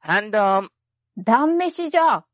ハンドン。 断飯じゃ。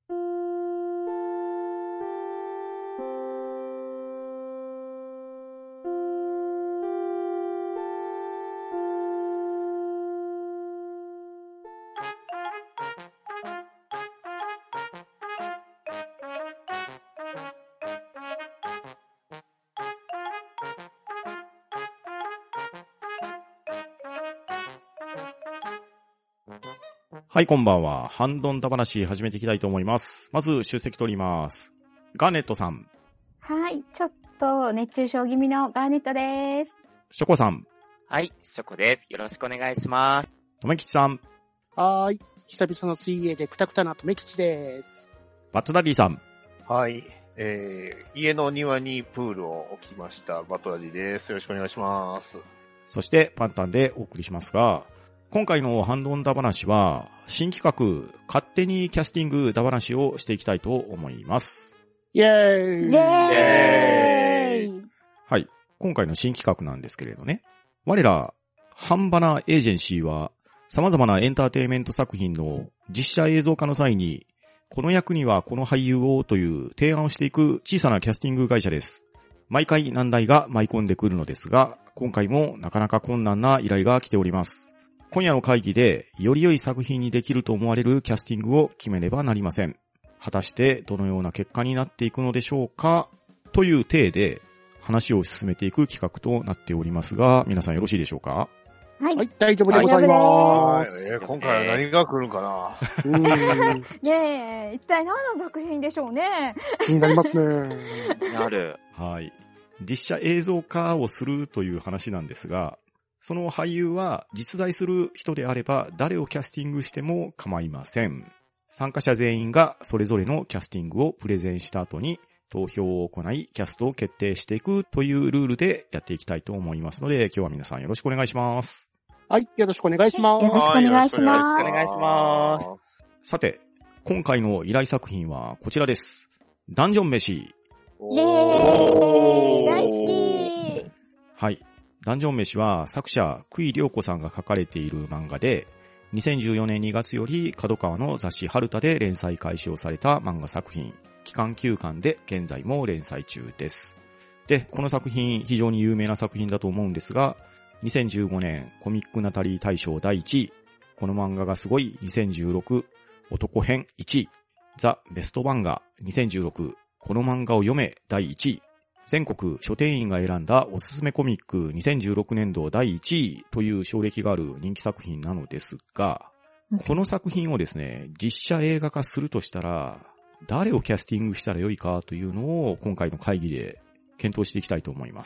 はい、こんばんは。ハンドンダ話始めていきたいと思います。まず、出席取ります。ガーネットさん。 はい、ちょっと熱中症気味のガーネットです。 ショコさん。 はい、ショコです。よろしくお願いします。 とめきちさん。 はーい。久々の水泳でクタクタなとめきちです。 バットダディさん。 はい。家の庭にプールを置きました。バトラディです。よろしくお願いします。 そして、パンタンでお送りしますが、今回のハンドンダ話は、新企画、勝手にキャスティングダ話をしていきたいと思います。 イェーイ。 イェーイ。 はい。今回の新企画なんですけれどね。我ら、ハンバナエージェンシーは、様々なエンターテインメント作品の実写映像化の際に、この役にはこの俳優をという提案をしていく小さなキャスティング会社です。毎回難題が舞い込んでくるのですが、今回もなかなか困難な依頼が来ております。今夜の会議でより良い作品にできると思われるキャスティングを決めねばなりません。果たしてどのような結果になっていくのでしょうかという体で話を進めていく企画となっておりますが、皆さんよろしいでしょうか？ はい。 はい、大丈夫でございます。 今回は何が来るんかなねえ、一体何の作品でしょうね。 気になりますね。 なる。 はい。実写映像化をするという話なんですが、その俳優は実在する人であれば誰をキャスティングしても構いません。参加者全員がそれぞれのキャスティングをプレゼンした後に投票を行いキャストを決定していくというルールでやっていきたいと思いますので、今日は皆さんよろしくお願いします。 はい、よろしくお願いします。 よろしくお願いします。 お願いします。 さて、今回の依頼作品はこちらです。ダンジョン飯。 イェーイ、大好き。 はい。ダンジョン飯は作者、久井涼子さんが書かれている漫画で、2014年2月より角川の雑誌春田で連載開始をされた漫画作品、期間9巻で現在も連載中です。で、この作品非常に有名な作品だと思うんですが、2015年コミックナタリー大賞第1位、この漫画がすごい2016男編1位、ザ・ベスト漫画2016、この漫画を読め第1位、全国書店員が選んだおすすめコミック2016年度第1位という賞歴がある人気作品なのですが、この作品をですね、実写映画化するとしたら、誰をキャスティングしたらよいかというのを今回の会議で検討していきたいと思います。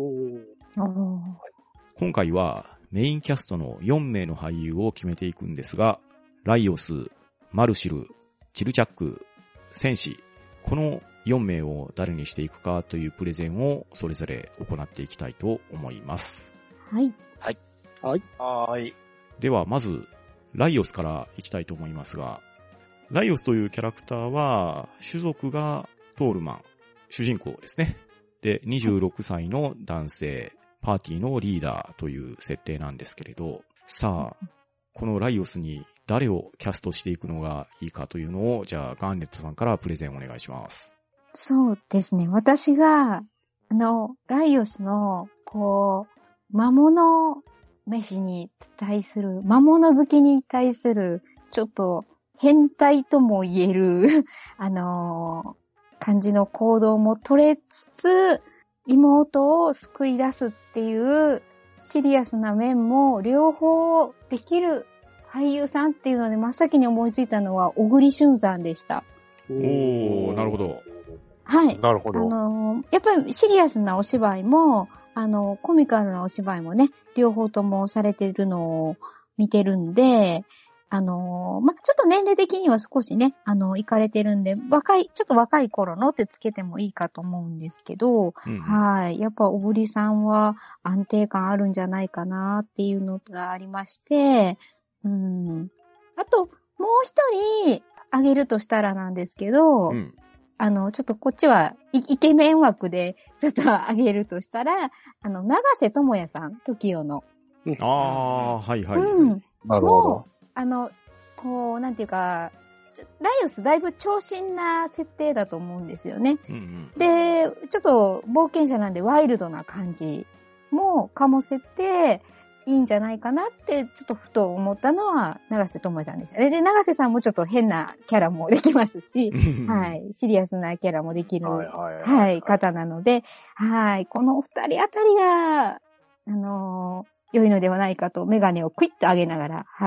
今回はメインキャストの4名の俳優を決めていくんですが、ライオス、マルシル、チルチャック、センシ、この4名を誰にしていくかというプレゼンをそれぞれ行っていきたいと思います。 はい。 はい。 はい。 はい。 ではまず、ライオスからいきたいと思いますが、ライオスというキャラクターは、種族がトールマン、主人公ですね。で、26歳の男性、パーティーのリーダーという設定なんですけれど、さあ、このライオスに誰をキャストしていくのがいいかというのを、じゃあガーネットさんからプレゼンお願いします。 そうですね。私が、ライオスの、魔物飯に対する、魔物好きに対する、ちょっと変態とも言える、感じの行動も取れつつ、妹を救い出すっていうシリアスな面も両方できる俳優さんっていうので真っ先に思いついたのは小栗旬さんでした。 おー、なるほど。 はい。 なるほど。 やっぱりシリアスなお芝居も、コミカルなお芝居もね、両方ともされてるのを見てるんで、ちょっと年齢的には少しね、行かれてるんで、ちょっと若い頃のってつけてもいいかと思うんですけど、 うん、 はい。やっぱ小栗さんは安定感あるんじゃないかなっていうのがありまして、あと、もう一人あげるとしたらなんですけど、ちょっとこっちはイケメン枠でちょっとあげるとしたら、長瀬智也さん、TOKIOの。 ああ、はいはい、はい。 なるほど。 ここう、なんていうか、ライオスだいぶ長身な設定だと思うんですよね。 うんうん。 で、ちょっと冒険者なんでワイルドな感じも醸せていいんじゃないかなって、ちょっとふと思ったのは長瀬智恵さんでした。で、長瀬さんもちょっと変なキャラもできますし、はい、シリアスなキャラもできる、はい、方なので、はい、このお二人あたりが、良いのではないかと、メガネをクイッと上げながら、はい。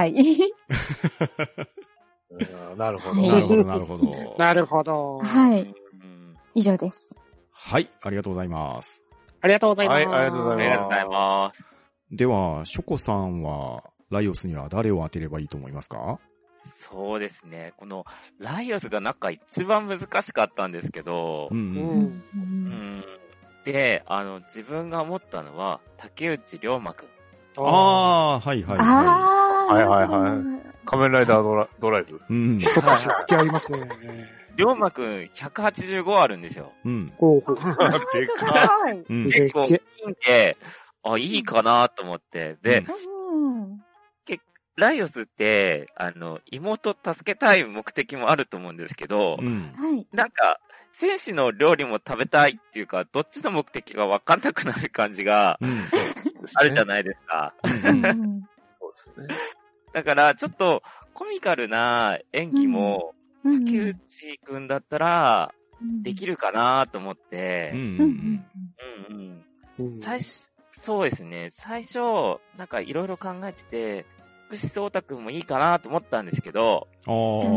なるほど。 なるほど、なるほど。 なるほど。 はい。 うん以上です。 はい、ありがとうございます。 ありがとうございます。 はいありがとうございますありがとうございます。 では、ショコさんは、ライオスには誰を当てればいいと思いますか？ そうですね。この、ライオスがなんか一番難しかったんですけど、 うんう。 うんん。 で、自分が思ったのは、竹内涼真くん。 ああ、はいはいはああ。 はいはいはい仮面ライダードライブ。 い。うん。 一橋付き合いますね。 涼真くん185あるんですよ。 うん。 ほうほう。 でか高い。 うん。 結構、いいんで、あ、いいかなと思って。で、 うん。 ライオスって、妹助けたい目的もあると思うんですけど、 うん。 はい。 なんか、戦士の料理も食べたいっていうか、どっちの目的がわかんなくなる感じがうん。 あるじゃないですか。 うんうんそうですね。 だから、ちょっとコミカルな演技も、 うん竹内くんだったら、 うんできるかなと思って、 うん。 うんうんうん。 うんそうですね。最初、なんかいろいろ考えてて、福士蒼太くんもいいかなと思ったんですけど、 ああ。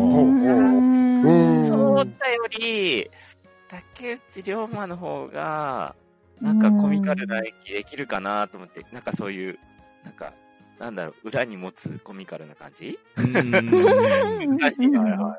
うんそうだより、竹内涼真の方が、なんかコミカルな演技できるかなと思って、なんかそういう、なんか、なんだろう、裏に持つコミカルな感じうん。 難しいな。 はいはいはい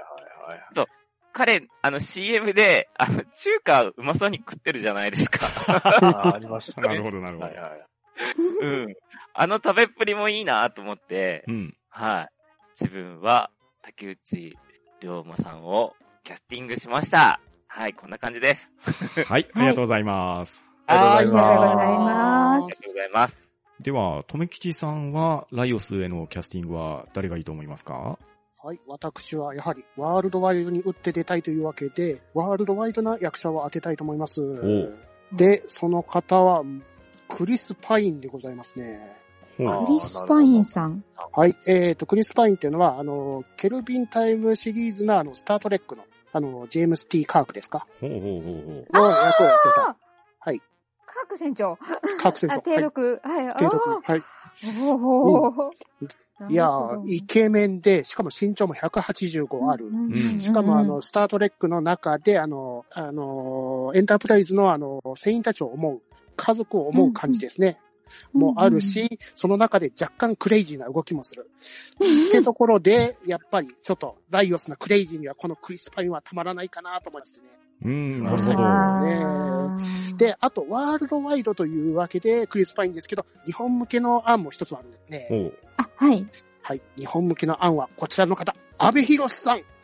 彼、CM で、中華うまそうに食ってるじゃないですか。 ありましたね。 なるほど、なるほどはい。はい。 うん。食べっぷりもいいなと思って、 うん。 はい。自分は、竹内涼真さんをキャスティングしました。はい、こんな感じです。 はい、ありがとうございます。 ありがとうございありがとうございまますありがとうございます。 では、とめきちさんは、ライオスへのキャスティングは誰がいいと思いますか？ はい。私はやはりワールドワイドに打って出たいというわけで、ワールドワイドな役者を当てたいと思います。で、その方は、クリス・パインでございますね。 ほう。 クリス・パインさん。 はい。クリス・パインっていうのは、ケルビンタイムシリーズのスタートレックの、ジェームス・T・カークですかほうほうほうほう。 の役をやってた。はい。 カーク船長。 カーク船長。 提督。はい。 提督。はい。 おー。 いやー、イケメンで、しかも身長も185ある。しかもスタートレックの中で、エンタープライズの船員たちを思う、家族を思う感じですね。もあるし、その中で若干クレイジーな動きもする。ってところで、やっぱりちょっとライオスなクレイジーにはこのクリス・パインはたまらないかなと思いましてね。 なるほど。 ですね。で、あと、ワールドワイドというわけで、クリス・パインですけど、日本向けの案も一つあるんですね。 ほう。 あ、はい。 はい。日本向けの案はこちらの方、阿部寛さん。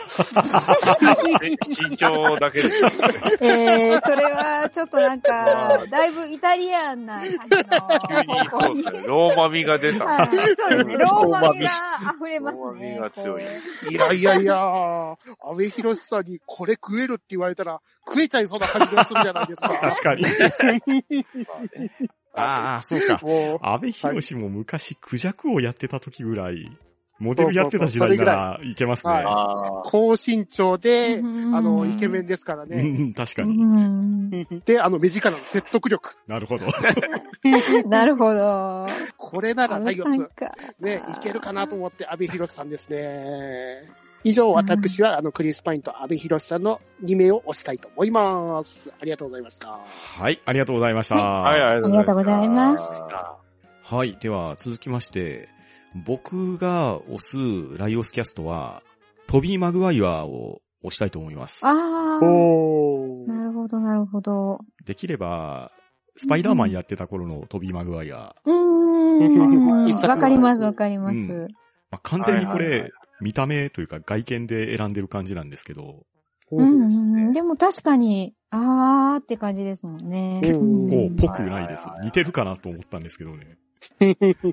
身長だけですよね。 それはちょっとなんか、だいぶイタリアンな感じの。 急にそうですね。ローマ味が出た。 はい、そうですね。ローマ味が溢れますね。 ローマ味が強い。 いやいやいや、阿部寛さんにこれ食えるって言われたら、食えちゃいそうな感じがするじゃないですか。 確かに。ああ、そうか。 もう、 安倍博士も昔、クジャクをやってた時ぐらい、モデルやってた時代ならいけますね。 はいあ高身長で、 うんイケメンですからうね。 ん、確かうに。 んで、目力の説得力。 なるほど。 なるほど。 これならライオス、ね、いけるかなと思って阿部寛さんですね。以上、私は、クリス・パインと阿部寛さんの2名を推したいと思います。ありがとうございました。 はい、ありがとうございました。 はい、 ありがとうございますあ。 はい、では続きまして、僕が推すライオスキャストは、トビー・マグワイアを推したいと思います。 ああ。 おー。 なるほど、なるほど。 できれば、スパイダーマンやってた頃のトビー・マグワイア。 一作わかります、わかります。 まあ、完全にこはいはいはれ、見た目というか外見で選んでる感じなんですけど、 でも確かに、あーって感じですもんね。 結構ぽくないです。似てるかなと思ったんですけどね。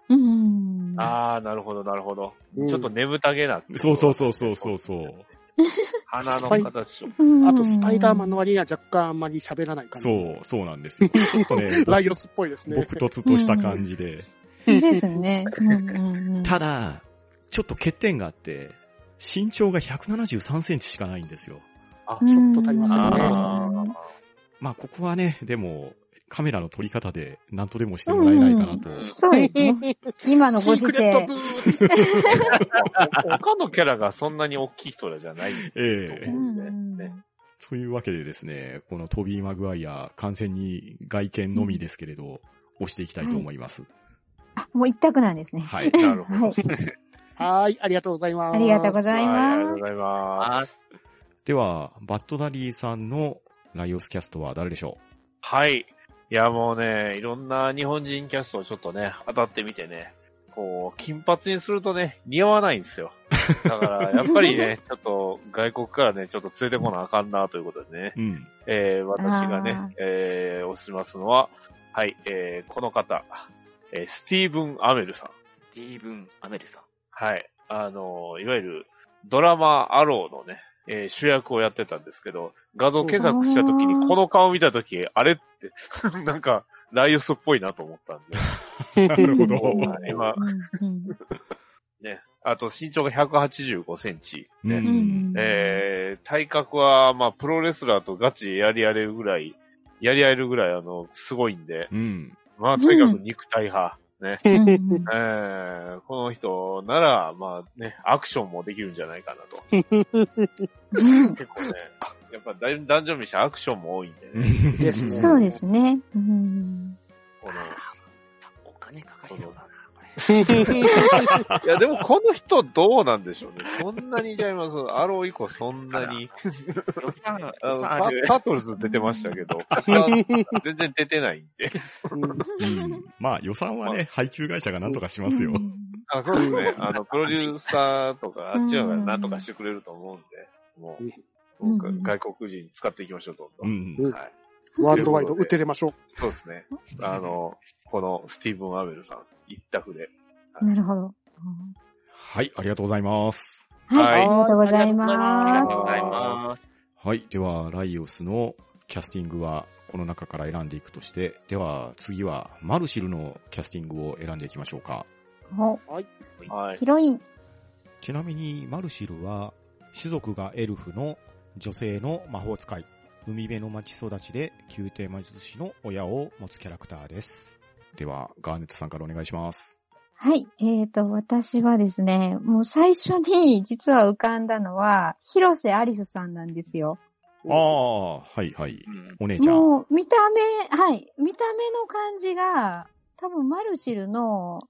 あー、なるほど、なるほど。 うんちょっと眠たげな。 そうそうそうそうそうそう。 鼻の形と。 あと、スパイダーマンの割には若干あんまり喋らない感じ。 そうなんですよ。ちょっとね、 ライオスっぽいですね。 朴突とした感じで。 ですね。 ただ、ちょっと欠点があって、身長が173センチしかないんですよ。 あ、ちょっと足りませんね。 まあ、ここはね、でも、カメラの撮り方で何とでもしてもらえないかなと。 そうですね。今のご時シークレット世ブ。ーツ。 他のキャラがそんなに大きい人らじゃないとええ思うんで、ね。 というわけでですね、このトビー・マグワイア、完全に外見のみですけれど、押していきたいと思います。 あ、もう一択なんですね。 はい。 なるほど。 はい。 はい、ありがとうございます。 ありがとうございはい、ありがとうます。 ございまあす。 では、バッドダディさんのライオスキャストは誰でしょはい。いや、もうね、いろんな日本人キャストをちょっとね、当たってみてね、こう、金髪にするとね、似合わないんですよ。だから、やっぱりね、ちょっと外国からね、ちょっと連れてこなあかんなということでね、 う私がね、推しますのは、はい、この方、スティーブン・アメルさん。 スティーブン・アメルさん。 はい。いわゆるドラマアローのね、主役をやってたんですけど、画像検索したときにこの顔見たとき、あれって、なんか、ライオスっぽいなと思ったんで。 なるほど。 今、ね、あと身長が185センチ。ね体格は、まあ、プロレスラーとガチでやり合えるぐらい、すごいんで、まあ、とにかく肉体派。ね。この人なら、まあね、アクションもできるんじゃないかなと。結構ね、やっぱダンジョン飯アクションも多いんでね。 ですね。 そうですね。 このお金かかりそうだな、こいや、でもこの人どうなんでしょうね。そんなにちゃいます。アロー以降そんなに。タートルズ出てましたけど、全然出てないんで。 まあ予算はね、配給会社がなんとかしますよ。 あ、そうですね。プロデューサーとか、あっちがなんとかしてくれると思うんで、もう、外国人使っていきましょう、どんどん。はい。 ワールドワイド打って出ましょう。 そうですね。このスティーブン・アベルさん、一択で。 なるほど。 はい、ありがとうございます。 はい、ありがとうございます。 ありがとうございます。 はい、では、ライオスのキャスティングはこの中から選んでいくとして、では次はマルシルのキャスティングを選んでいきましょうか。 ヒロイン。 ちなみにマルシルは種族がエルフの女性の魔法使い。海辺の町育ちで宮廷魔術師の親を持つキャラクターです。では、ガーネットさんからお願いします。 はい。私はですね、もう最初に実は浮かんだのは、広瀬アリスさんなんですよ。 ああ、はいはい。お姉ちゃん。 もう、見た目の感じが、多分マルシルの、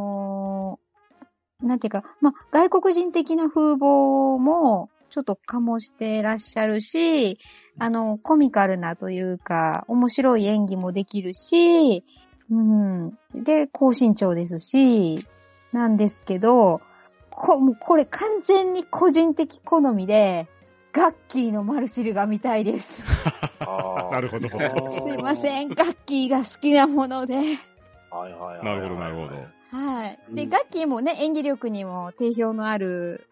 なんていうか、まあ、外国人的な風貌も、ちょっと醸してらっしゃるし、コミカルなというか、面白い演技もできるし、で、高身長ですし、なんですけど、もうこれ完全に個人的好みで、ガッキーのマルシルが見たいです。 なるほど。 すいません、ガッキーが好きなもので。 なるほど、なるほど。 はい。で、ガッキーもね、演技力にも定評のある、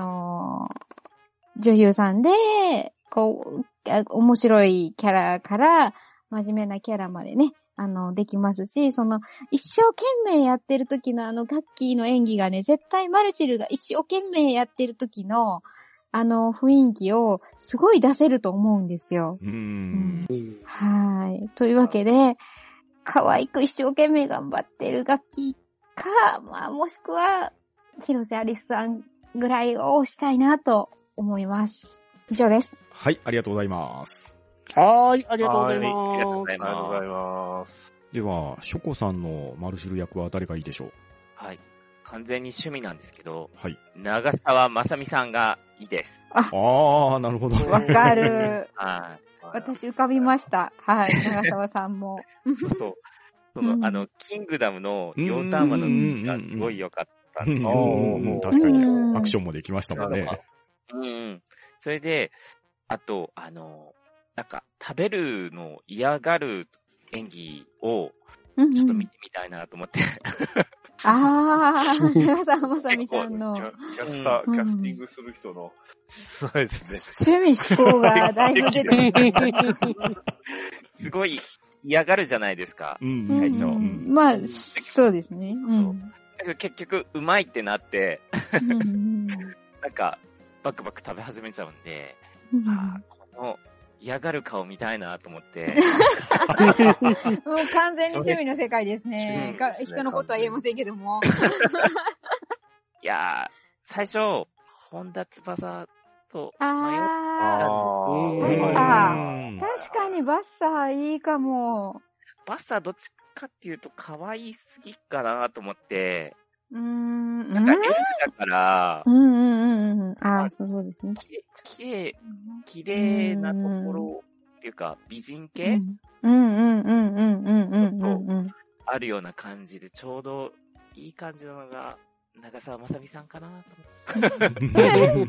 女優さんで、こう、面白いキャラから真面目なキャラまでね、できますし、一生懸命やってる時のガッキーの演技がね、絶対マルシルが一生懸命やってる時の、雰囲気をすごい出せると思うんですよ。はい。というわけで、可愛く一生懸命頑張ってるガッキーか、まあ、もしくは、広瀬アリスさんぐらいをしたいなと思います。以上です。 はい、ありがとうございます。 はい、ありがとうございます。 ありがとうございありがとうございます。 では、ショコさんのマルシル役は誰がいいでしょう？ はい。完全に趣味なんですけど、 はい。 長澤まさみさんがいいです。 ああ、なるほど。 わかる。 はい。 私浮かびました。はい、長澤さんも。 そう。キングダムのヨーターマの時がすごい良かったんですよ。 確かに。アクションもできましたもんね。 それで、あと、なんか、食べるの嫌がる演技を、ちょっと見てみたいなと思って。 長澤まさみさんの。 キャスティングする人の、そうですね。趣味思考がだいぶ出てる。 すごい嫌がるじゃないですか、最初。 まあ、そうですね。 結局、うまいってなって、なんか、バクバク食べ始めちゃうんで、この嫌がる顔見たいなと思って。 もう完全に趣味の世界ですね。人のことは言えませんけども。 いやー、最初、本田翼と迷ったんです確かにバッサーいいかも。 バッサーどっちかっていうと可愛すぎかなと思って。なんかエルフだから、 そうですね。 綺麗なところっていうか、美人系あるような感じで、ちょうどいい感じなのが、長澤まさみさんかなと思って。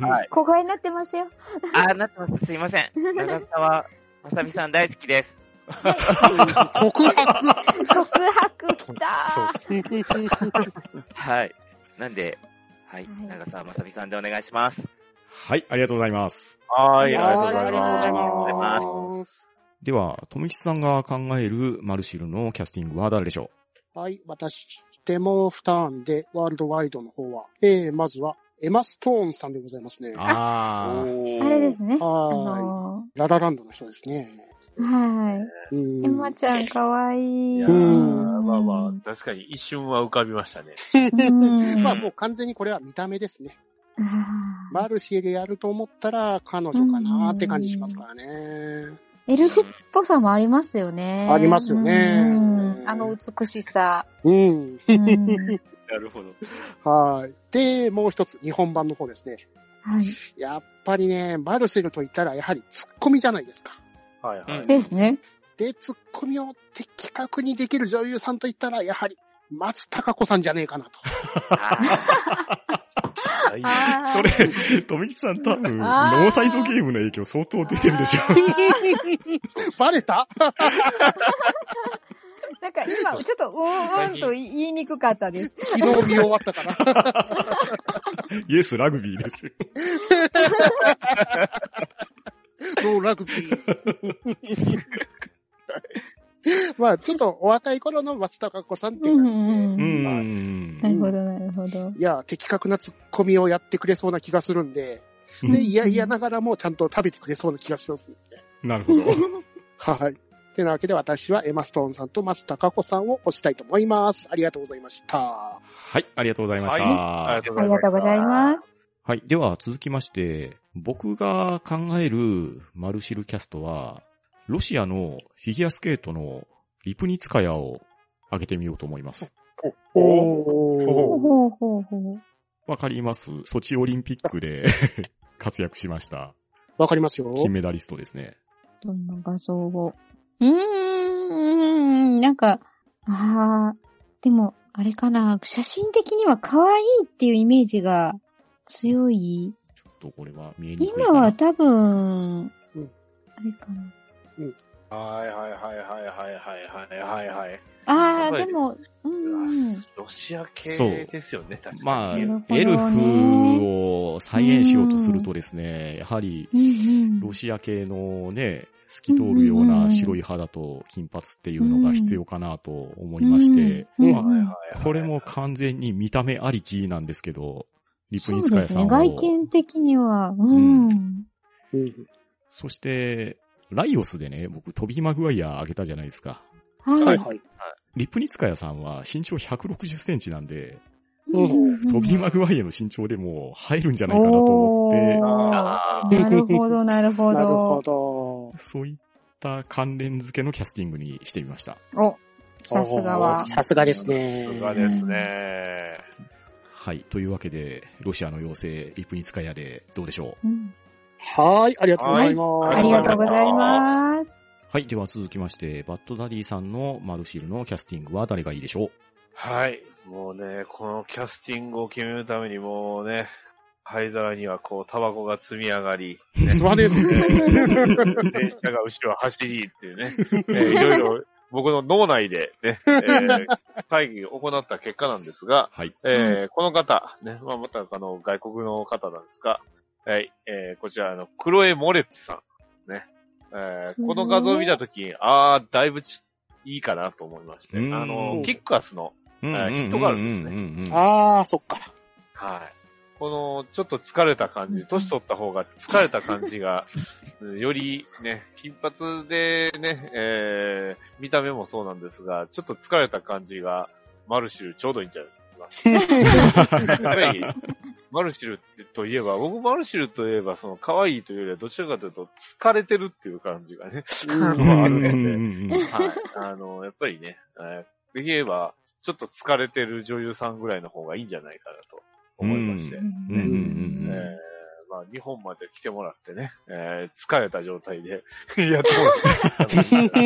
小声になってますよ。 なってます。すいません。長澤まさみさん大好きです。 告白きたはい。なんで、はい。長澤まさみさんでお願いします。 はい、ありがとうございます。 はい、ありがとうございます。 では、とみきさんが考えるマルシルのキャスティングは誰でしょう？はい、私でも2ターンで、ワールドワイドの方は、まずは、エマ・ストーンさんでございますね。 あれですね。 ララランドの人ですね。 はい。エマちゃんかわいい。 まあ、確かに一瞬は浮かびましたね。 まあもう完全にこれは見た目ですね。マルシルやると思ったら彼女かなって感じしますからね。 エルフっぽさもありますよね。 ありますよね。 あの美しさ。 なるほど。 はい。で、もう一つ、日本版の方ですね。 はい。 やっぱりね、マルシルと言ったらやはりツッコミじゃないですか。 はいはい。 ですね。 で、ツッコミを的確にできる女優さんと言ったら、やはり、松たか子さんじゃねえかなと。 それ、とみきさん多分、ノーサイドゲームの影響相当出てるでしょ。 バレたなんか今、ちょっと、と言いにくかったです。 昨日見終わったから。 イエス、ラグビーですよ。 ノーラグビー。まあ、ちょっとお若い頃の松たか子さんっていうなるほど、なるほど。 いや、的確なツッコミをやってくれそうな気がするんで、いやながらもちゃんと食べてくれそうな気がしますんで。 なるほど。 はい。てなわけで私はエマ・ストーンさんと松たか子さんを推したいと思います。ありがとうございました。 はい、ありがとうございました。 ありがとうございます。 はい、では続きまして、僕が考えるマルシルキャストは、ロシアのフィギュアスケートのリプニツカヤを挙げてみようと思います。わかります？ソチオリンピックで活躍しました。 わかりますよ。 金メダリストですね。 どんな画像を。なんか、でも、あれかな、写真的には可愛いっていうイメージが強い。 ちょっとこれは見えにくいかな。 今は多分、あれかな。 はい。 でも、 ロシア系ですよね、確かに。 まあ、エルフを再現しようとするとですね、やはり、ロシア系のね、透き通るような白い肌と金髪っていうのが必要かなと思いまして、これも完全に見た目ありきなんですけど、リプニツカヤさんを。 そうですね、外見的には。 そして、ライオスでね、僕トビー・マグワイアあげたじゃないですか。 はい。 リプニツカヤさんは身長160センチなんで、トビー・マグワイアの身長でも入るんじゃないかなと思って。 なるほど、なるほど。 そういった関連付けのキャスティングにしてみました。 さすがは。 さすがですね。 さすがですね。 はい。というわけで、ロシアの妖精、リプニツカヤでどうでしょう？ はい、ありがとうございます。 ありがとうございます。 はい。では続きまして、バッドダディさんのマルシルのキャスティングは誰がいいでしょう？ はい。もうね、このキャスティングを決めるためにもうね、灰皿にはこう、タバコが積み上がり、 座れるね。 電車が後ろ走りっていうね、いろいろ僕の脳内でね、会議を行った結果なんですが、 はい。 この方、ね、まあ、また外国の方なんですが、はい、こちら、クロエ・モレッツさん。ね。この画像を見たときに、だいぶいいかなと思いまして、キックアスの、ヒットがあるんですね。 そっか。 はい。この、ちょっと疲れた感じ、年取った方が疲れた感じが、よりね、金髪でね、見た目もそうなんですが、ちょっと疲れた感じが、マルシルちょうどいいんちゃいますか。やっぱり、マルシルといえば、僕マルシルといえば、可愛いというよりは、どちらかというと、疲れてるっていう感じがね、あるので、はい。やっぱりね、できれば、ちょっと疲れてる女優さんぐらいの方がいいんじゃないかなと思いまして、まあ、日本まで来てもらってね、疲れた状態でやってもらって。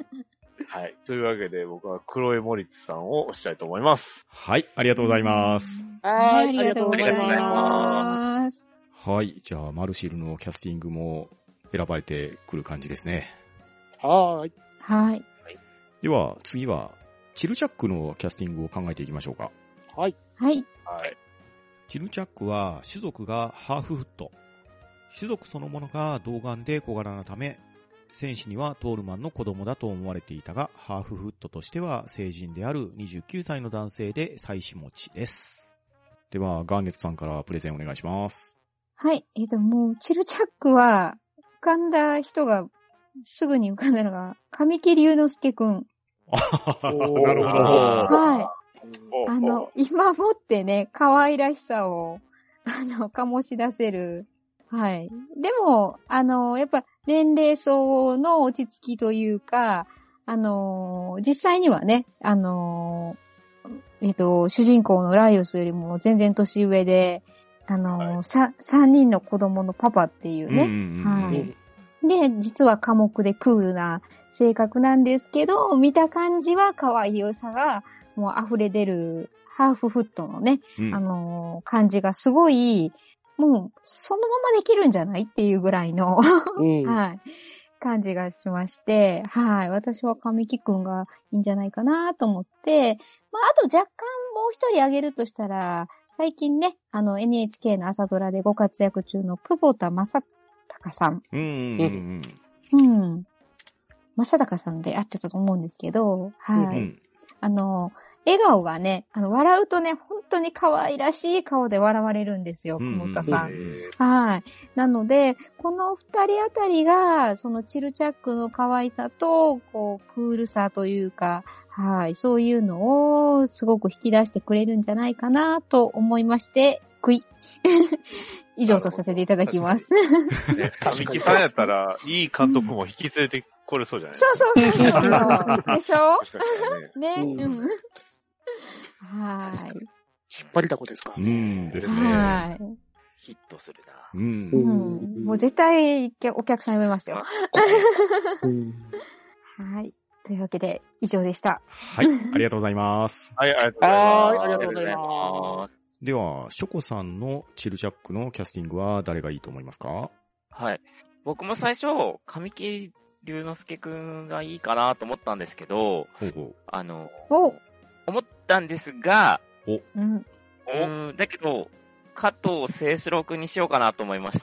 はい。というわけで、僕はクロエ・モリッツさんを推したいと思います。 はい。ありがとうございます。 はい。ありがとうございます。 はい。じゃあ、マルシルのキャスティングも選ばれてくる感じですね。 はい。 では、次は、チルチャックのキャスティングを考えていきましょうか。 はい。 チルチャックは種族がハーフフット。種族そのものが童顔で小柄なため、戦士にはトールマンの子供だと思われていたが、ハーフフットとしては成人である29歳の男性で妻子持ちです。では、ガーネットさんからプレゼンお願いします。 はい。もう、チルチャックは、浮かんだ人が、すぐに浮かんだのが、神木隆之介くん。 なるほど。 はい。今もってね、可愛らしさを、醸し出せる。はい。でも、やっぱ、年齢層の落ち着きというか、実際にはね、主人公のライオスよりも全然年上で、3人の子供のパパっていうね。はい。で、実は寡黙でクールな性格なんですけど、見た感じは可愛いさがもう溢れ出るハーフフットのね、感じがすごい、もうそのままできるんじゃないっていうぐらいの、はい、感じがしまして、はい、私は神木くんがいいんじゃないかなと思って、まあ、あと若干もう一人挙げるとしたら、最近ね、NHK の朝ドラでご活躍中の久保田正孝さん。正孝さんで会ってたと思うんですけど、はい。笑顔がね、笑うとね、本当に可愛らしい顔で笑われるんですよ、久保田さん。はい。なので、この二人あたりが、そのチルチャックの可愛さと、こう、クールさというか、はい、そういうのをすごく引き出してくれるんじゃないかなと思いまして、以上とさせていただきます。 神木さんやったら、いい監督も引き連れてこれそうじゃないそう。でしょね。はい。 引っ張りだこですか。 ですね。 はい。 ヒットするな。 もう絶対お客さん呼べますよ。はい。というわけで、以上でした。 はい。ありがとうございます。 はい、ありがとうございます。 では、ショコさんのチルチャックのキャスティングは誰がいいと思いますか？ はい。僕も最初、神木隆之介くんがいいかなと思ったんですけど、思ったんですが、だけど、加藤清史郎くんにしようかなと思いまして。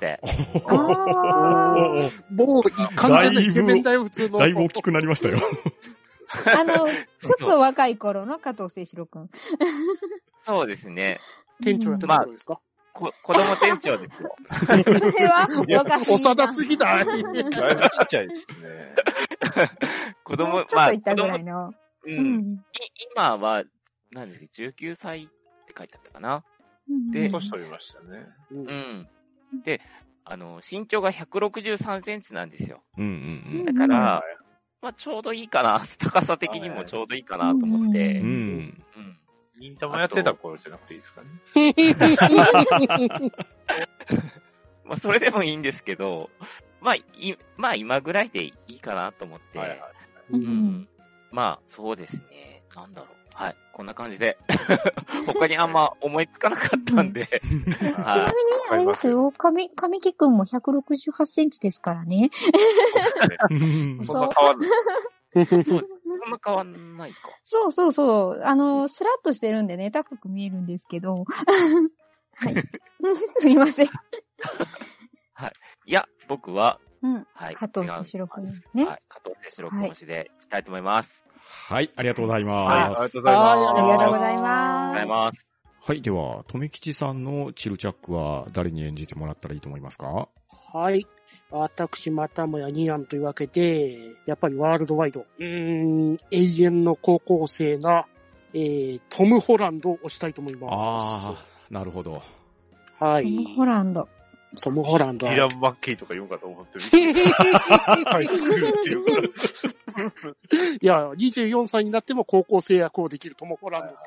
もう、完全なイケメンだよ、普通の。 だいぶ大きくなりましたよ。 ちょっと若い頃の加藤清史郎くん。 そうですね。 店長やってた頃ですか？ 子供店長ですよ。 それは、若い。 幼すぎない。だいぶちっちゃいですね。 ちょっといったぐらいの。 今は、何ですか、19歳って書いてあったかな。 で、年取りましたね。 で、身長が163センチなんですよ。だから、まあ、ちょうどいいかな。高さ的にもちょうどいいかなと思って。 忍たまやってた頃じゃなくていいですかね。 まあ、それでもいいんですけど、まあ、今ぐらいでいいかなと思って。まあ、そうですね。なんだろう。はい。こんな感じで。他にあんま思いつかなかったんで。ちなみに、あれですよ。神木くんも168センチですからね。 そんな変わんない。 そんな変わんないか。 そうそうそう。スラッとしてるんでね、高く見えるんですけど。はい。すいません。 はい。いや、僕は、 はい。加藤清志郎君ね。 はい。加藤清志郎君推しでいきたいと思います。 はい。ありがとうございます。 はい。ありがとうございます。 ありがとうございます。 ありがとうございます。 はい。では、とめきちさんのチルチャックは誰に演じてもらったらいいと思いますか？ はい。私、またもやニアンというわけで、やっぱりワールドワイド、永遠の高校生な、トム・ホランドを推したいと思います。 ああ、なるほど。 はい。 トム・ホランド。 トム・ホランド。 ディラン・マッケイとか言うんかと思ってる。はい、作るっていうから。 いや、24歳になっても高校生役をできるトム・ホランドさ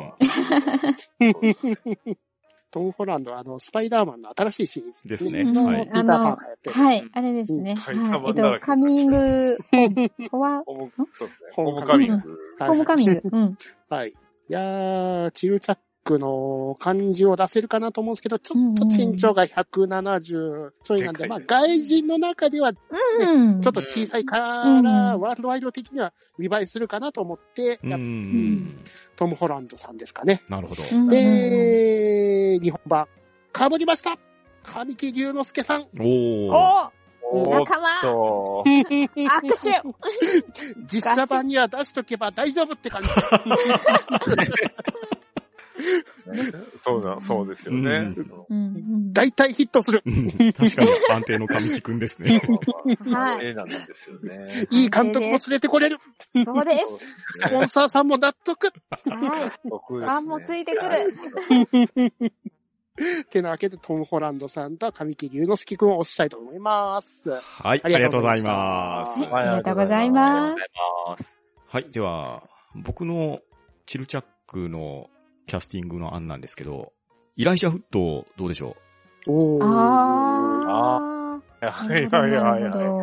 ん。トム・ホランド、スパイダーマンの新しいシリーズですね。 はい。はい、あれですね。はい。カミング、 そうですね。ホームカミング。 ホームカミング。 はい。いやー、チルチャックの感じを出せるかなと思うんですけど、ちょっと身長が170ちょいなんで、まあ外人の中では、ね、ちょっと小さいから、ワールドワイド的には見栄えするかなと思って、トム・ホランドさんですかね。 なるほど。 で、日本版、被りました神木隆之介さん。 仲間握手実写版には出しとけば大丈夫って感じ。 そうですよね。 大体ヒットする。 確かに安定の神木くんですね。 はい。 なんですよね。 いい監督も連れてこれる。 そうです。 スポンサーさんも納得。 はい。ファンもついてくる。 てなわけで、トム・ホランドさんと神木隆之介くんを推したいと思います。 はい。ありがとうございます。 ありがとうございます。 はい。では、僕のチルチャックのキャスティングの案なんですけど、イライシャ・フットどうでしょう？ はい。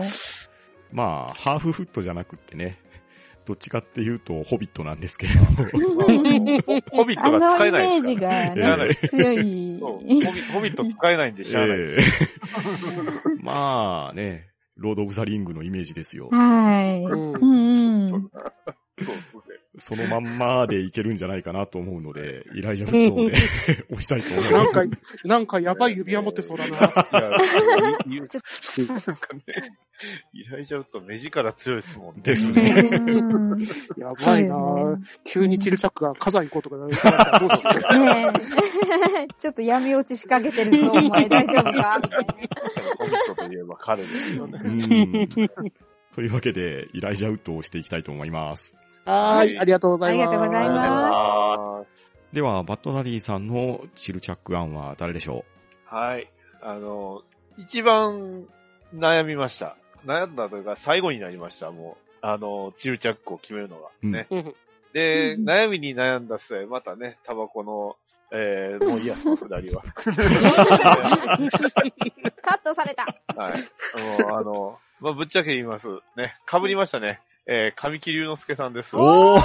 まあ、ハーフフットじゃなくってね、どっちかっていうと、ホビットなんですけれども。 ホビットが使えないイメージがね、強い。 ホビット使えないんでしゃあないです。 まあね、ロード・オブ・ザ・リングのイメージですよ。 はい。 そのまんまでいけるんじゃないかなと思うので、イライジャフットで押したいと思います。 なんかやばい指輪持ってそうだな。 なんかね、イライジャフット目力強いですもんね。 ですね。 やばいなぁ。急にチルチャックが火山行こうとかどうねちょっと闇落ちしかけてるぞ、お前大丈夫かみたいな。 ホビットといえば彼ですよね。 というわけで、イライジャフットをしていきたいと思います。 はい、ありがとうございます。 ありがとうございます。 では、バッドダディさんのチルチャック案は誰でしょう？はい。一番悩みました。悩んだというか、最後になりました。もう、チルチャックを決めるのがね。で、悩みに悩んだ末、またね、タバコの、もういいや、そのくだりは。 カットされた。 はい。まあ、ぶっちゃけ言います。ね、被りましたね。神木隆之介さんです。 もう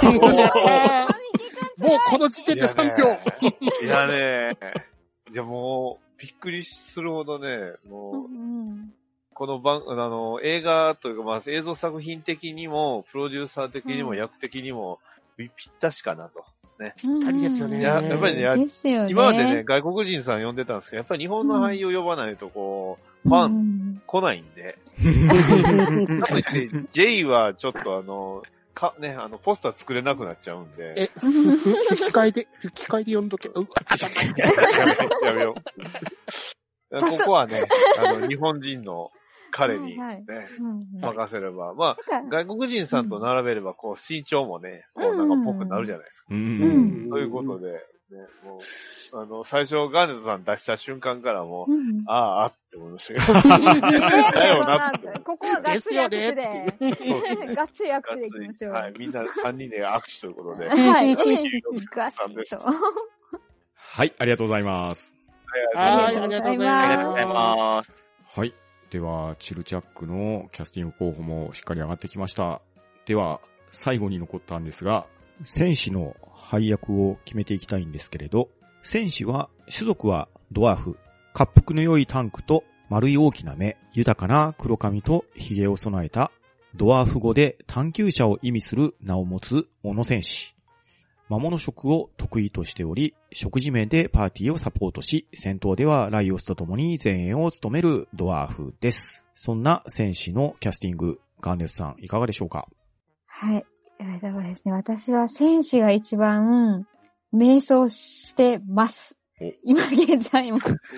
この時点で3票。 いやね、いやもう、びっくりするほどね、もう、この映画というか、まあ、映像作品的にも、プロデューサー的にも、役的にも、ぴったしかなと。ね。 ぴったりですよね。 やっぱりね、今までね、外国人さん呼んでたんですけど、やっぱり日本の俳優呼ばないと、こう、ファン来ないんで。かといって、J はちょっとポスター作れなくなっちゃうんで。 吹き替えで読んどけ。 やめよう。ここはね、日本人の彼にね、任せれば。まあ、外国人さんと並べれば、こう、身長もね、こう、なんかぽくなるじゃないですか。ということで、ね、もう、最初、ガーネットさん出した瞬間からもう、ああって思いましたけど。だよなって。 ここはガッツリ握手で。ガッツリ握手でいきましょう。 はい、みんな3人で握手ということで。 はい。ガシッと。 はい、ありがとうございます。 はい、ありがとうございます。 ありがとうございます。 はい。では、チルチャックのキャスティング候補もしっかり上がってきました。では、最後に残ったんですが、戦士の配役を決めていきたいんですけれど、戦士は、種族はドワーフ、滑腹の良いタンクと丸い大きな目、豊かな黒髪と髭を備えたドワーフ語で探求者を意味する名を持つ小野戦士。魔物食を得意としており、食事面でパーティーをサポートし、戦闘ではライオスと共に前衛を務めるドワーフです。そんな戦士のキャスティング、ガーネスさんいかがでしょうか？ はい。だからですね、私は戦士が一番迷走してます。今現在も。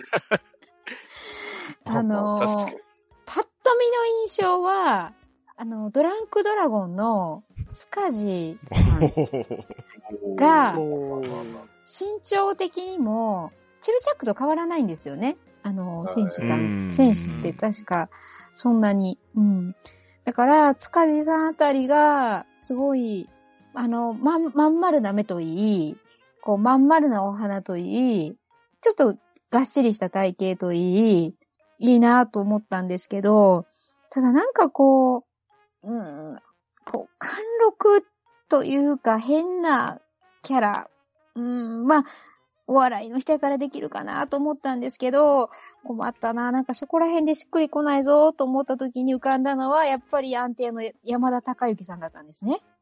パッと見の印象は、ドランクドラゴンのスカジさんが、身長的にも、チルチャックと変わらないんですよね。戦士さん。戦士って確か、そんなに。だから、塚地さんあたりが、すごい、まん丸な目といい、こう、まん丸なお花といい、ちょっとがっしりした体型といい、いいなと思ったんですけど、ただなんかこう、貫禄というか変なキャラ、お笑いの人やからできるかなと思ったんですけど、困ったな。なんかそこら辺でしっくりこないぞと思った時に浮かんだのは、やっぱり安定の山田孝之さんだったんですね。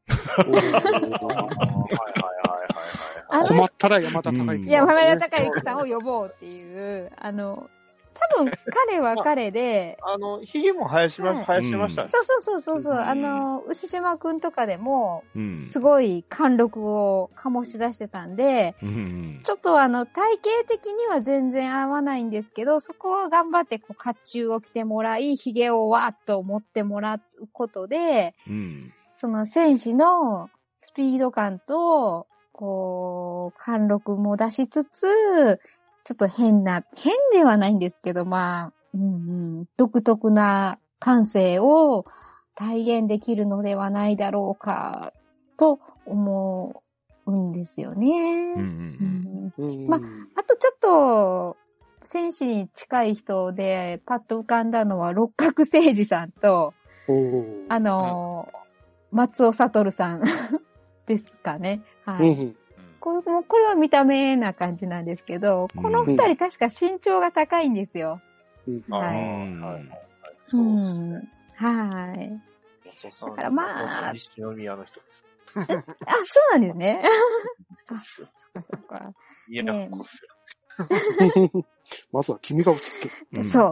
困ったら山田孝之さん、ね。 山田孝之さんを呼ぼうっていう、多分彼は彼で、 髭も生やしましたね。 そう。牛島くんとかでも、すごい貫禄を醸し出してたんで、ちょっと体型的には全然合わないんですけど、そこを頑張って甲冑を着てもらい、髭をわーっと持ってもらうことで、その戦士のスピード感と、こう、貫禄も出しつつ、ちょっと変ではないんですけど、独特な感性を体現できるのではないだろうか、と思うんですよね。あとちょっと、戦士に近い人でパッと浮かんだのは六角誠治さんと、松尾悟さんですかね。はい。これは見た目な感じなんですけど、この二人確か身長が高いんですよ。はい。だからまあ。 西宮の人です。 そうなんですね。そっか。 いや、こっすよ。まずは君が落ち着け。 そう。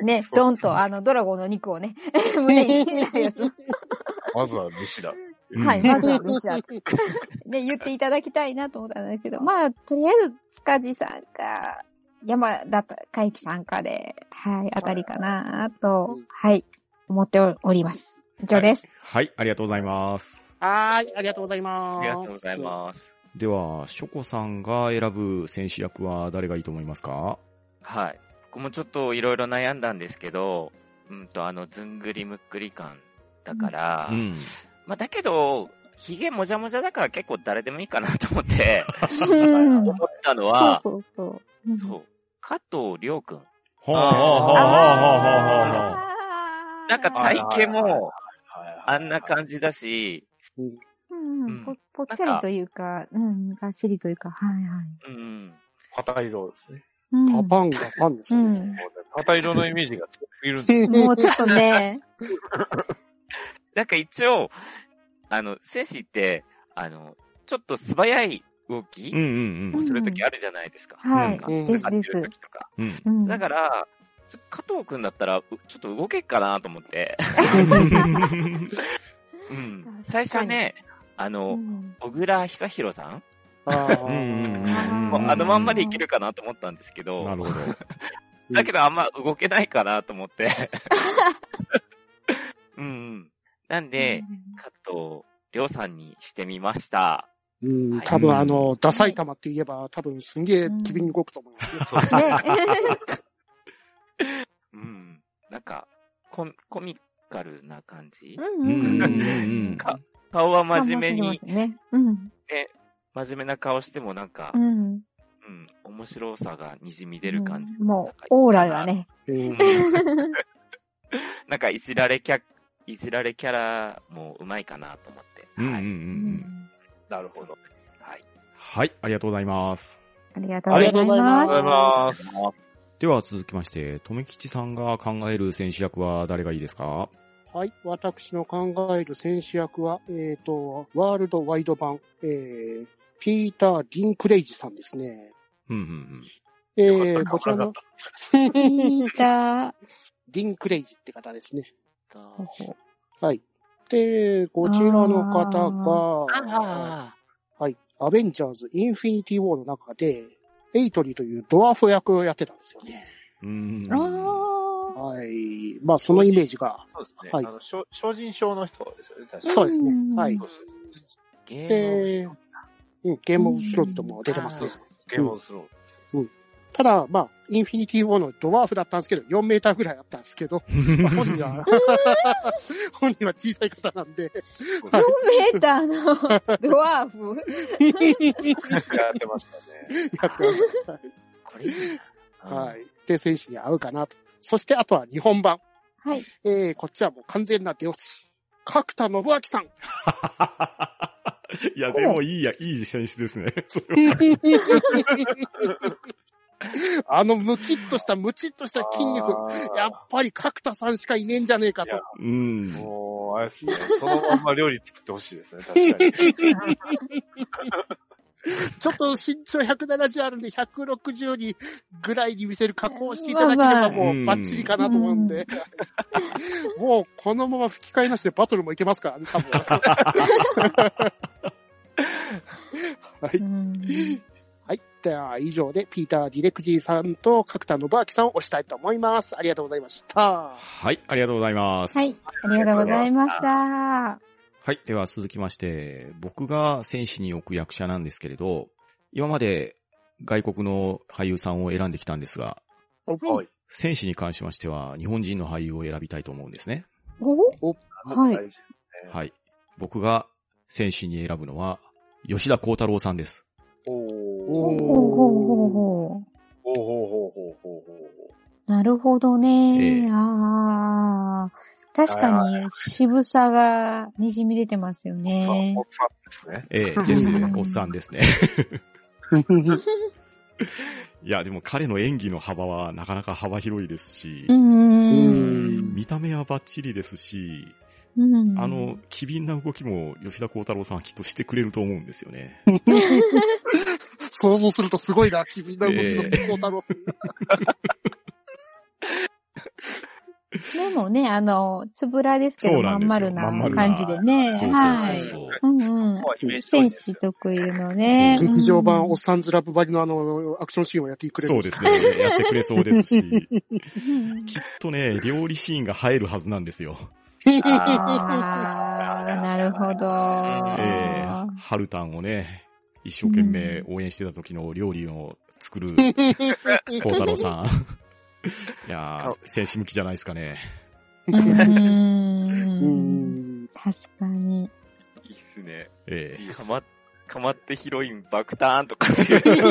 ね、ドンとドラゴンの肉をね、胸にやつ。 まずは飯だ。 はい、まずは飯だ。ね、言っていただきたいなと思ったんですけど、とりあえず、塚地さんか、山田孝之さんかで、はい、あたりかなと、はい、思っております。以上です。 はい、ありがとうございます。 はい、ありがとうございます。 ありがとうございます。 では、ショコさんが選ぶ戦士役は誰がいいと思いますか？ はい。僕もちょっといろいろ悩んだんですけど、ずんぐりむっくり感だから、だけど、髭もじゃもじゃだから結構誰でもいいかなと思って、思ったのは、そう、加藤亮くん。なんか体型も、あんな感じだし、 ぽっちゃりというか、がっしりというか、 旗色ですね。 パンがパンですね。 旗色のイメージが強すぎるんですもうちょっとね。 なんか一応、戦士って、ちょっと素早い動きをするときあるじゃないですか。 はい。です。 だから、加藤くんだったら、ちょっと動けっかなと思って。最初ね、小倉久弘さんまんまでいけるかなと思ったんですけど。 なるほど。 だけどあんま動けないかなと思って。なんで、加藤亮さんにしてみました。 多分ダサい玉って言えば、多分すんげえ機敏に動くと思いますよ。 なんか、コミカルな感じ。顔は真面目に、真面目な顔してもなんか、面白さが滲み出る感じ。 もう、オーラがね。 なんか、いじられキャラもうまいかなと思って。 なるほど。 はい、ありがとうございます。 ありがとうございます。 では続きまして、とめきちさんが考える戦士役は誰がいいですか？ はい。私の考える戦士役は、ワールドワイド版、ピーター・ディンクレイジさんですね。こちらの、 ピーター・ディンクレイジって方ですね。はい。で、こちらの方が、はい。アベンジャーズ・インフィニティ・ウォーの中で、エイトリーというドワーフ役をやってたんですよね。はい。まあ、そのイメージが。 そうですね。 はい。 精進症の人ですよね、確かに。 そうですね。はい。 ゲームオブスローズも出てますね。 ゲームオブスローズ。 ただ、まあ、インフィニティウォーのドワーフだったんですけど、4メーターぐらいあったんですけど、まあ、本人は小さい方なんで。 4メーターのドワーフやってましたね。 やってました。これはい。で、選手に合うかなと。そして、あとは日本版。 はい。 こっちはもう完全な出落ち。角田信明さん。 いや、でもいい選手ですね。 ムチっとした筋肉。やっぱり角田さんしかいねえんじゃねえかと。 もう、あれですね。そのまんま料理作ってほしいですね、確かに。 ちょっと身長170あるんで、160にぐらいに見せる加工をしていただければもうバッチリかなと思うんで。もうこのまま吹き替えなしでバトルもいけますからね、多分。はい。はい。では、以上で、ピーター・ディレクジーさんと角田信明さんを押したいと思います。ありがとうございました。 はい、ありがとうございます。 はい、ありがとうございました。 はい。では続きまして、僕が戦士に置く役者なんですけれど、今まで外国の俳優さんを選んできたんですが、 はい、 戦士に関しましては日本人の俳優を選びたいと思うんですね。 はい。 はい。僕が戦士に選ぶのは吉田鋼太郎さんです。 なるほどね。確かに渋さが滲み出てますよね。 おっさんですね。 ですね。おっさんですね。いや、でも彼の演技の幅はなかなか幅広いですし、見た目はバッチリですし、機敏な動きも吉田鋼太郎さんはきっとしてくれると思うんですよね。 想像するとすごいな、機敏な動きの鋼太郎さん。 でもね、つぶらですけど、まん丸な感じでね。はい。戦士特有のね。 劇場版おっさんずラブばりのアクションシーンをやってくれる。 そうですね。やってくれそうですし。きっとね、料理シーンが映えるはずなんですよ。 なるほど。 ハルタンをね、一生懸命応援してた時の料理を作る、孝太郎さん。いやー、戦士向きじゃないですかね。 確かに。 いいっすね。 かまってヒロイン爆誕とか。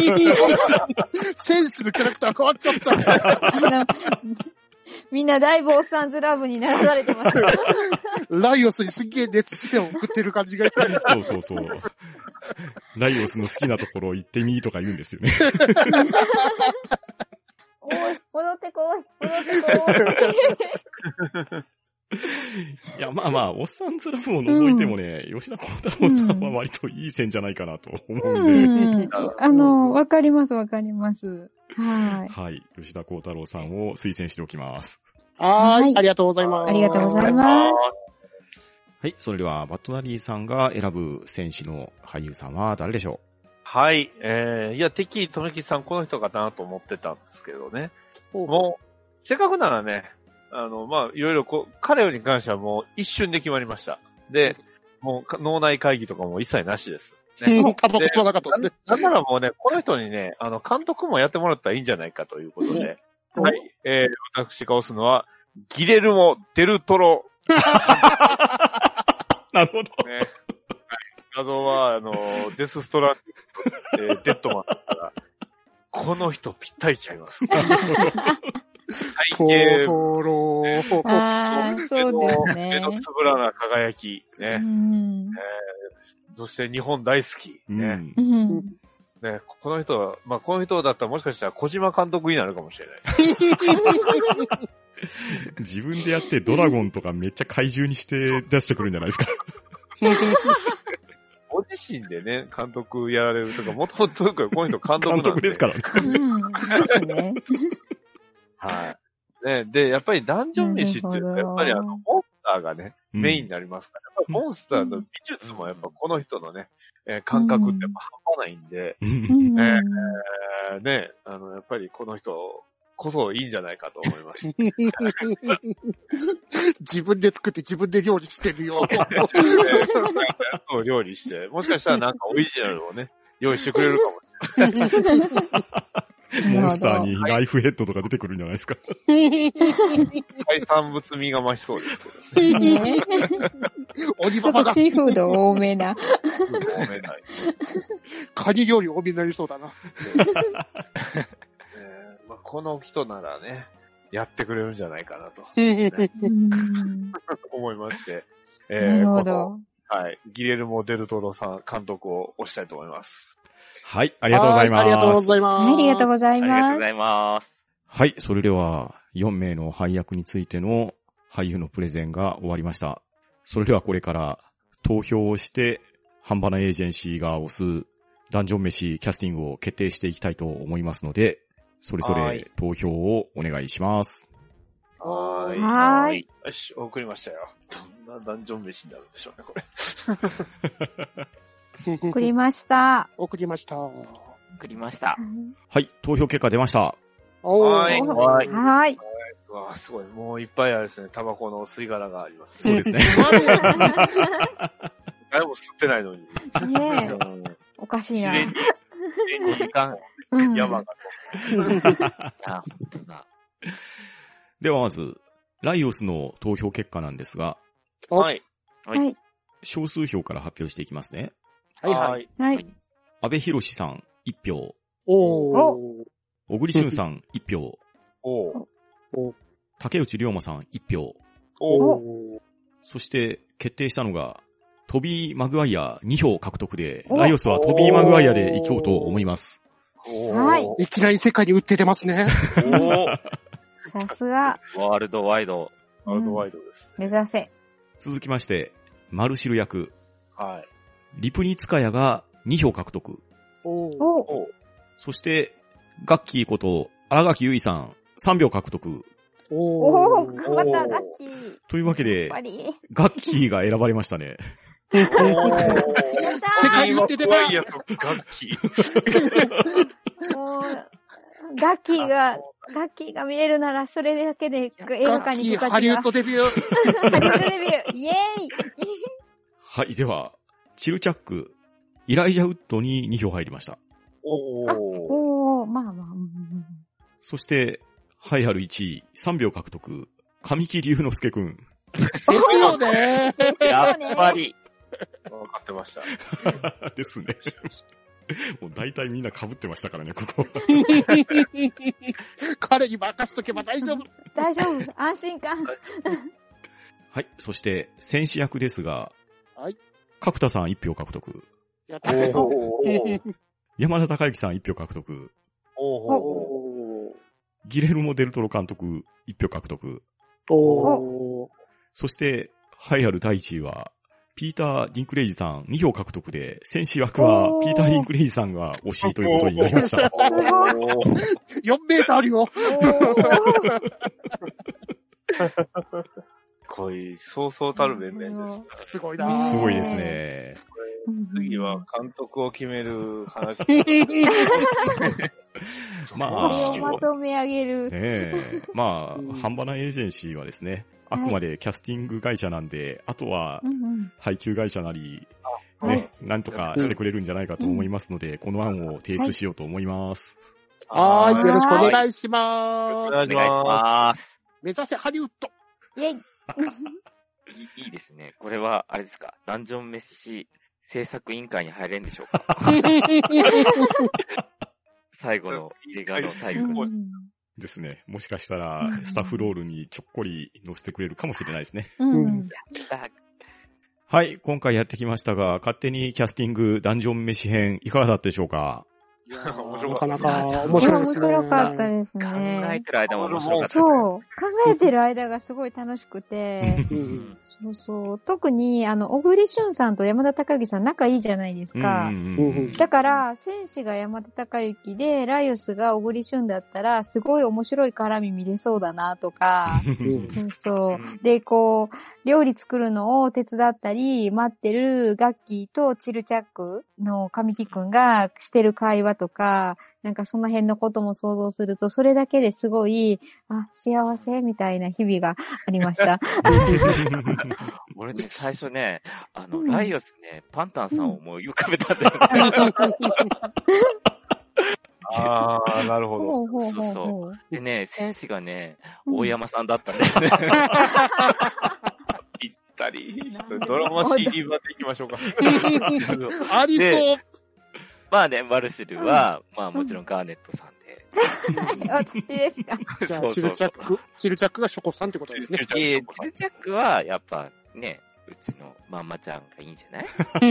戦士のキャラクター変わっちゃった。 みんなだいぶおっさんずラブになられてます。 ライオスにすっげえ熱視線を送ってる感じが。 そう。ライオスの好きなところ行ってみーとか言うんですよね。 おい、戻ってこい。 いや、まあ、おっさんずラブを除いてもね、吉田鋼太郎さんは割といい線じゃないかなと思うんで。 わかります。はい。 吉田鋼太郎さんを推薦しておきます。 はい。ありがとうございます。 ありがとうございます。 はい。それでは、バットナリーさんが選ぶ戦士の俳優さんは誰でしょう？ はい。いや、てっきり、とめきさん、この人かなと思ってたんですけどね。もう、せっかくならね、いろいろ彼に関してはもう一瞬で決まりました。で、もう、脳内会議とかも一切なしです。 ね。タバコ吸わなかったですね。 なんならもうね、この人にね、監督もやってもらったらいいんじゃないかということで、はい。私が押すのは、ギレルモ・デルトロ。 なるほど。 ね。画像は、デスストランディ、デッドマンだったら、この人ぴったりちゃいます。 トロー。 そうですね。 目のつぶらな輝き、ね。そして日本大好き、ね。ね、この人は、この人だったらもしかしたら小島監督になるかもしれない。 自分でやってドラゴンとかめっちゃ怪獣にして出してくるんじゃないですか。 ご自身でね、監督やられるとか、もともとこの人監督なんで。 監督ですからね。 ですね。 はい。ね、で、やっぱりダンジョン飯っていうのは、やっぱりモンスターがね、メインになりますから、やっぱりモンスターの美術もやっぱこの人のね、感覚ってやっぱ半端ないんで、ね、やっぱりこの人こそいいんじゃないかと思いました。 自分で作って自分で料理してるよ。 そう料理して、もしかしたらなんかオリジナルをね、用意してくれるかもしれない。 モンスターにライフヘッドとか出てくるんじゃないですか。 海産物味が増しそうですけどね。 ちょっとシーフード多めな。 多めない。 カニ料理多めになりそうだな。 まあ、この人ならね、やってくれるんじゃないかなと、思いまして、 なるほど。 はい。ギレルモ・デルトロさん監督を推したいと思います。 はい、ありがとうございます。 ありがとうございます。 ありがとうございありがとうます。 ございます。 はい、それでは4名の配役についての俳優のプレゼンが終わりました。それではこれから投票をして、ハンバナエージェンシーが推すダンジョン飯キャスティングを決定していきたいと思いますので、それぞれ投票をお願いします。 はーい。 よし、送りましたよ。どんなダンジョン飯になるんでしょうね、これ。 送りました。 送りました。 送りました。 はい、投票結果出ました。 はい。 はい。 うわすごい。もういっぱいあれですね、タバコの吸い殻があります、 そうですね。 誰も吸ってないのに。 ねえ。おかしいな。 自然に時間、 山が。 あ、本当だ。 ではまず、ライオスの投票結果なんですが、 はい。 はい。 少数票から発表していきますね。 はい。 はい。 安倍博さん1票、 おー。 小栗旬さん1票、 お竹内涼真さん1票、 おー。 そして決定したのが、トビー・マグワイア2票獲得で、ライオスはトビー・マグワイアで行こうと思います。 はい。 いきなり世界に打って出ますね。 さすが。 ワールドワイド。 ワールドワイドです。 目指せ。 続きまして、マルシル役、 はい。 リプニツカヤが2票獲得。 おー。 おそして、ガッキーこと荒垣結衣さん3票獲得。 おー、頑張った、ガッキー。 というわけでやっぱ、り。 ガッキーが選ばれましたね。 やった世界に打って出た。 ワイヤと楽器。 もう、ガッキーが見れるなら、それだけで映画館に行くハリウッドデビュー。 ハリウッドデビュー、イエーイはい、では、チルチャック、イライジャウッドに2票入りました。 おー、まあまあ。 そして、栄えある1位、3票獲得、神木隆之介くん。 ですよね。 やっぱり。 分かってました。 ですね。もう大体みんな被ってましたからね、ここ。 彼に任しとけば大丈夫。 大丈夫、安心感。 はい、そして、戦士役ですが、 はい。 角田さん1票獲得。 やった。 山田孝之さん1票獲得。 おー。 ギレルモ・デルトロ監督1票獲得。 おー。 そして、栄えある第1位は、ピーター・ディンクレイジさん2票獲得で、戦士役はピーター・ディンクレイジさんが惜しいということになりました。 すごい。 4メーターあるよ。 こい、そうそうたる面々です。 すごいな。 すごいですね。 次は監督を決める話。 まあこれをまとめ上げる。 ねえ。まあ、ハンバナエージェンシーはですね、あくまでキャスティング会社なんで、あとは配給会社なり、ね、なんとかしてくれるんじゃないかと思いますので、この案を提出しようと思います。 はい。よろしくお願いしおます。 願いしお願いします。 目指せハリウッド。 イェイ。 いいですね。これは、あれですか、ダンジョン飯制作委員会に入れんでしょうか。最後の映画の最後に。 ですね。もしかしたら、スタッフロールにちょっこり載せてくれるかもしれないですね。はい。今回やってきましたが、勝手にキャスティングダンジョン飯編いかがだったでしょうか？ なかなか面白いですね。 面白かったですね。 考えてる間も面白かったですね。 そう。考えてる間がすごい楽しくて、そうそう。特に、小栗旬さんと山田孝之さん仲いいじゃないですか。だから、戦士が山田孝之で、ライオスが小栗旬だったら、すごい面白い絡み見れそうだなとか、そうそう。で、こう、料理作るのを手伝ったり、待ってるガッキーとチルチャックの神木くんがしてる会話とか、なんかその辺のことも想像すると、それだけですごい、幸せみたいな日々がありました。 俺ね、最初ね、ライオスね、パンタンさんを思い浮かべたんだよね。 ああ、なるほど。 そうそう。でね、戦士がね、大山さんだったんだよね。 ぴったり。ドラマ CD 版でいきましょうか。 ありそう。 まあね、マルシルは、まあもちろんガーネットさんで。 私ですか。 じゃあ、チルチャックがショコさんってことですね。 チルチャックは、やっぱね、うちのまんまちゃんがいいんじゃない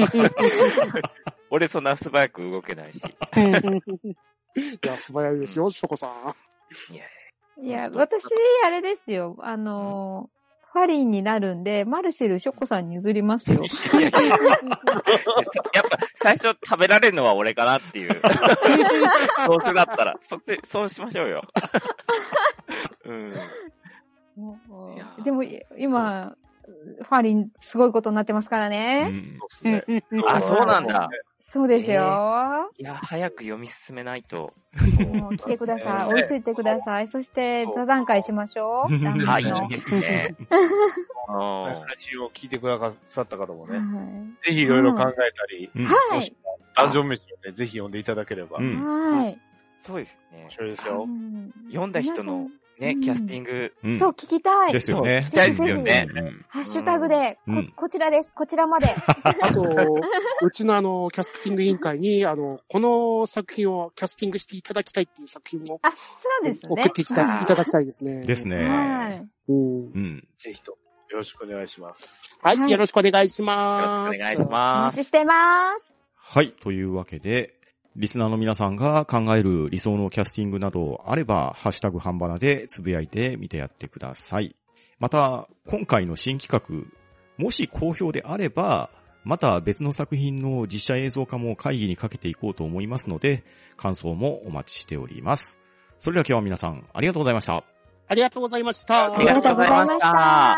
俺そんな素早く動けないし。 いや、素早いですよ、ショコさん。 いや、私、あれですよ。ファリンになるんで、マルシル、ショコさんに譲りますよ。 やっぱ、最初食べられるのは俺かなっていう。どうせだったら、そうしましょうよ。うん。 でも、今、ファリン、すごいことになってますからね。 あ、そうなんだ。 そうですよ。 いや、早く読み進めないと。 もう来てください。追いついてください。そして、座談会しましょう。 はい、いいですね。 配信を聞いてくださった方もね、ぜひいろいろ考えたり、 はい。 ダンジョン飯をね、ぜひ読んでいただければ。 はい。 そうですね。 面白いですよ。 読んだ人のね、キャスティング。 そう、聞きたい。 ですよね。 聞きたいですよね。 ハッシュタグで、こちらです。こちらまで。 あと、うちのキャスティング委員会に、この作品をキャスティングしていただきたいっていう作品を。 そうですね。 送っていただきたいですね。 ですね。 はい。 ぜひと、よろしくお願いします。 はい、よろしくお願いします。 よろしくお願いしおます。 待ちしてます。 はい、というわけで、リスナーの皆さんが考える理想のキャスティングなどあれば、ハッシュタグ半ばなでつぶやいてみてやってください。また、今回の新企画、もし好評であれば、また別の作品の実写映像化も会議にかけていこうと思いますので、感想もお待ちしております。それでは今日は皆さん、ありがとうございました。 ありがとうございました。 ありがとうございました。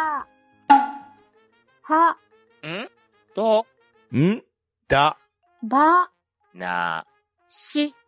は、 と、 だ、 ば、 な、 し、